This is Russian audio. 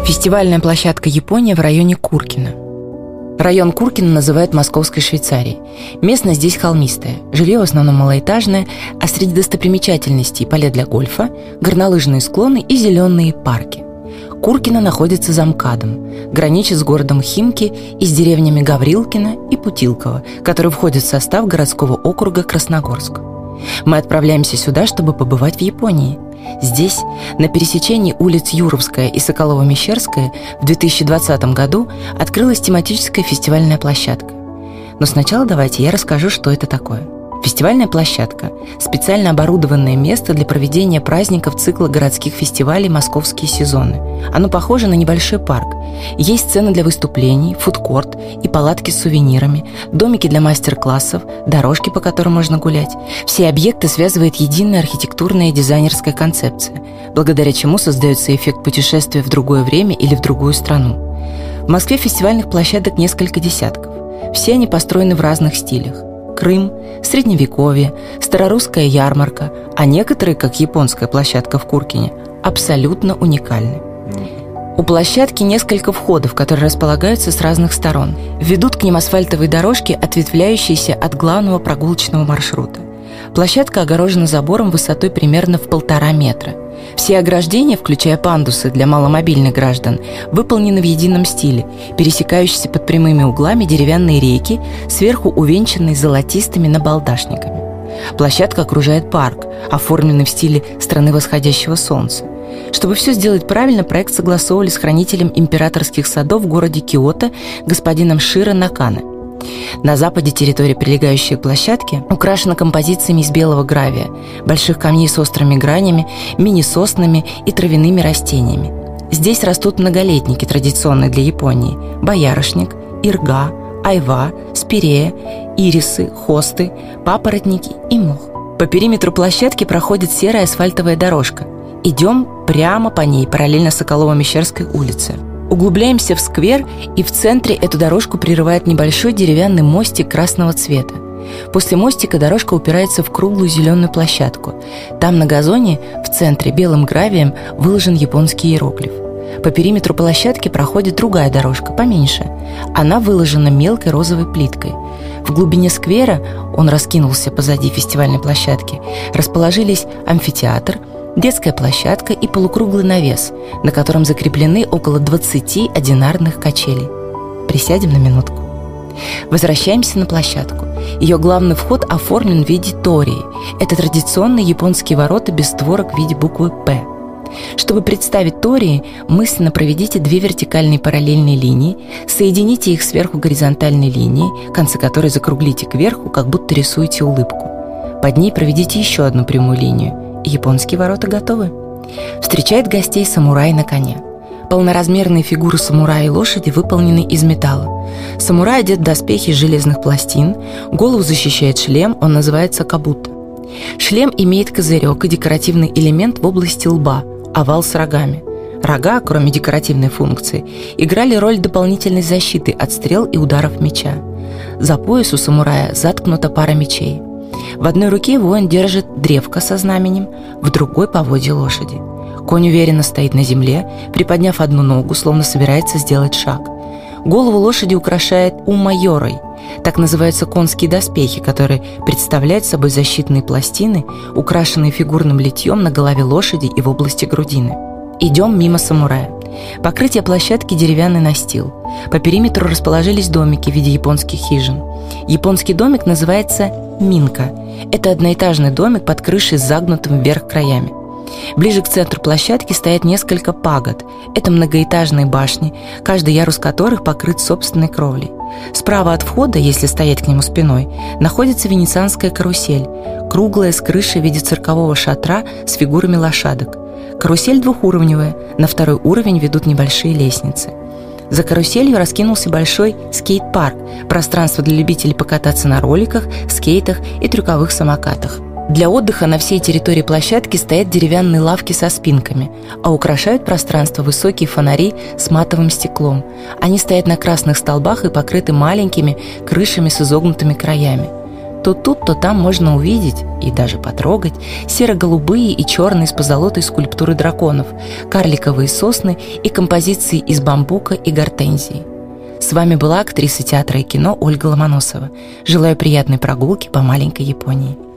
Фестивальная площадка «Япония» в районе Куркино. Район Куркино называют Московской Швейцарией. Местность здесь холмистая, жилье в основном малоэтажное, а среди достопримечательностей поля для гольфа, горнолыжные склоны и зеленые парки. Куркино находится за МКАДом, граничит с городом Химки и с деревнями Гаврилкино и Путилково, которые входят в состав городского округа Красногорск. Мы отправляемся сюда, чтобы побывать в Японии. Здесь, на пересечении улиц Юровская и Соколово-Мещерская, в 2020 году открылась тематическая фестивальная площадка. Но сначала давайте я расскажу, что это такое. Фестивальная площадка – специально оборудованное место для проведения праздников цикла городских фестивалей «Московские сезоны». Оно похоже на небольшой парк. Есть сцены для выступлений, фудкорт и палатки с сувенирами, домики для мастер-классов, дорожки, по которым можно гулять. Все объекты связывает единая архитектурная и дизайнерская концепция, благодаря чему создается эффект путешествия в другое время или в другую страну. В Москве фестивальных площадок несколько десятков. Все они построены в разных стилях. Крым, Средневековье, Старорусская ярмарка, а некоторые, как японская площадка в Куркине, абсолютно уникальны. У площадки несколько входов, которые располагаются с разных сторон. Ведут к ним асфальтовые дорожки, ответвляющиеся от главного прогулочного маршрута. Площадка огорожена забором высотой примерно в 1,5 метра. Все ограждения, включая пандусы для маломобильных граждан, выполнены в едином стиле, пересекающиеся под прямыми углами деревянные рейки, сверху увенчанные золотистыми набалдашниками. Площадка окружает парк, оформленный в стиле страны восходящего солнца. Чтобы все сделать правильно, проект согласовывали с хранителем императорских садов в городе Киото господином Широ Накане. На западе территория, прилегающая к площадке, украшена композициями из белого гравия, больших камней с острыми гранями, мини-соснами и травяными растениями. Здесь растут многолетники, традиционные для Японии: боярышник, ирга, айва, спирея, ирисы, хосты, папоротники и мох. По периметру площадки проходит серая асфальтовая дорожка. Идем прямо по ней, параллельно Соколово-Мещерской улице. Углубляемся в сквер, и в центре эту дорожку прерывает небольшой деревянный мостик красного цвета. После мостика дорожка упирается в круглую зеленую площадку. Там на газоне в центре белым гравием выложен японский иероглиф. По периметру площадки проходит другая дорожка, поменьше. Она выложена мелкой розовой плиткой. В глубине сквера, он раскинулся позади фестивальной площадки, расположились амфитеатр, детская площадка и полукруглый навес, на котором закреплены около 20 одинарных качелей. Присядем на минутку. Возвращаемся на площадку. Ее главный вход оформлен в виде тории. Это традиционные японские ворота без створок в виде буквы «П». Чтобы представить тории, мысленно проведите 2 вертикальные параллельные линии, соедините их сверху горизонтальной линией, концы которой закруглите кверху, как будто рисуете улыбку. Под ней проведите еще одну прямую линию. Японские ворота готовы. Встречает гостей самурай на коне. Полноразмерные фигуры самурая и лошади выполнены из металла. Самурай одет в доспехи из железных пластин, голову защищает шлем, он называется кабуто. Шлем имеет козырек и декоративный элемент в области лба, овал с рогами. Рога, кроме декоративной функции, играли роль дополнительной защиты от стрел и ударов меча. За пояс у самурая заткнута пара мечей. В одной руке воин держит древко со знаменем, в другой – поводья лошади. Конь уверенно стоит на земле, приподняв одну ногу, словно собирается сделать шаг. Голову лошади украшает умайорой. Так называются конские доспехи, которые представляют собой защитные пластины, украшенные фигурным литьем на голове лошади и в области грудины. Идем мимо самурая. Покрытие площадки – деревянный настил. По периметру расположились домики в виде японских хижин. Японский домик называется минка. Это одноэтажный домик под крышей с загнутым вверх краями. Ближе к центру площадки стоят несколько пагод. Это многоэтажные башни, каждый ярус которых покрыт собственной кровлей. Справа от входа, если стоять к нему спиной, находится венецианская карусель, круглая с крышей в виде циркового шатра с фигурами лошадок. Карусель двухуровневая, на второй уровень ведут небольшие лестницы. За каруселью раскинулся большой скейт-парк, пространство для любителей покататься на роликах, скейтах и трюковых самокатах. Для отдыха на всей территории площадки стоят деревянные лавки со спинками, а украшают пространство высокие фонари с матовым стеклом. Они стоят на красных столбах и покрыты маленькими крышами с изогнутыми краями. То тут, то там можно увидеть и даже потрогать серо-голубые и черные с позолотой скульптуры драконов, карликовые сосны и композиции из бамбука и гортензии. С вами была актриса театра и кино Ольга Ломоносова. Желаю приятной прогулки по маленькой Японии.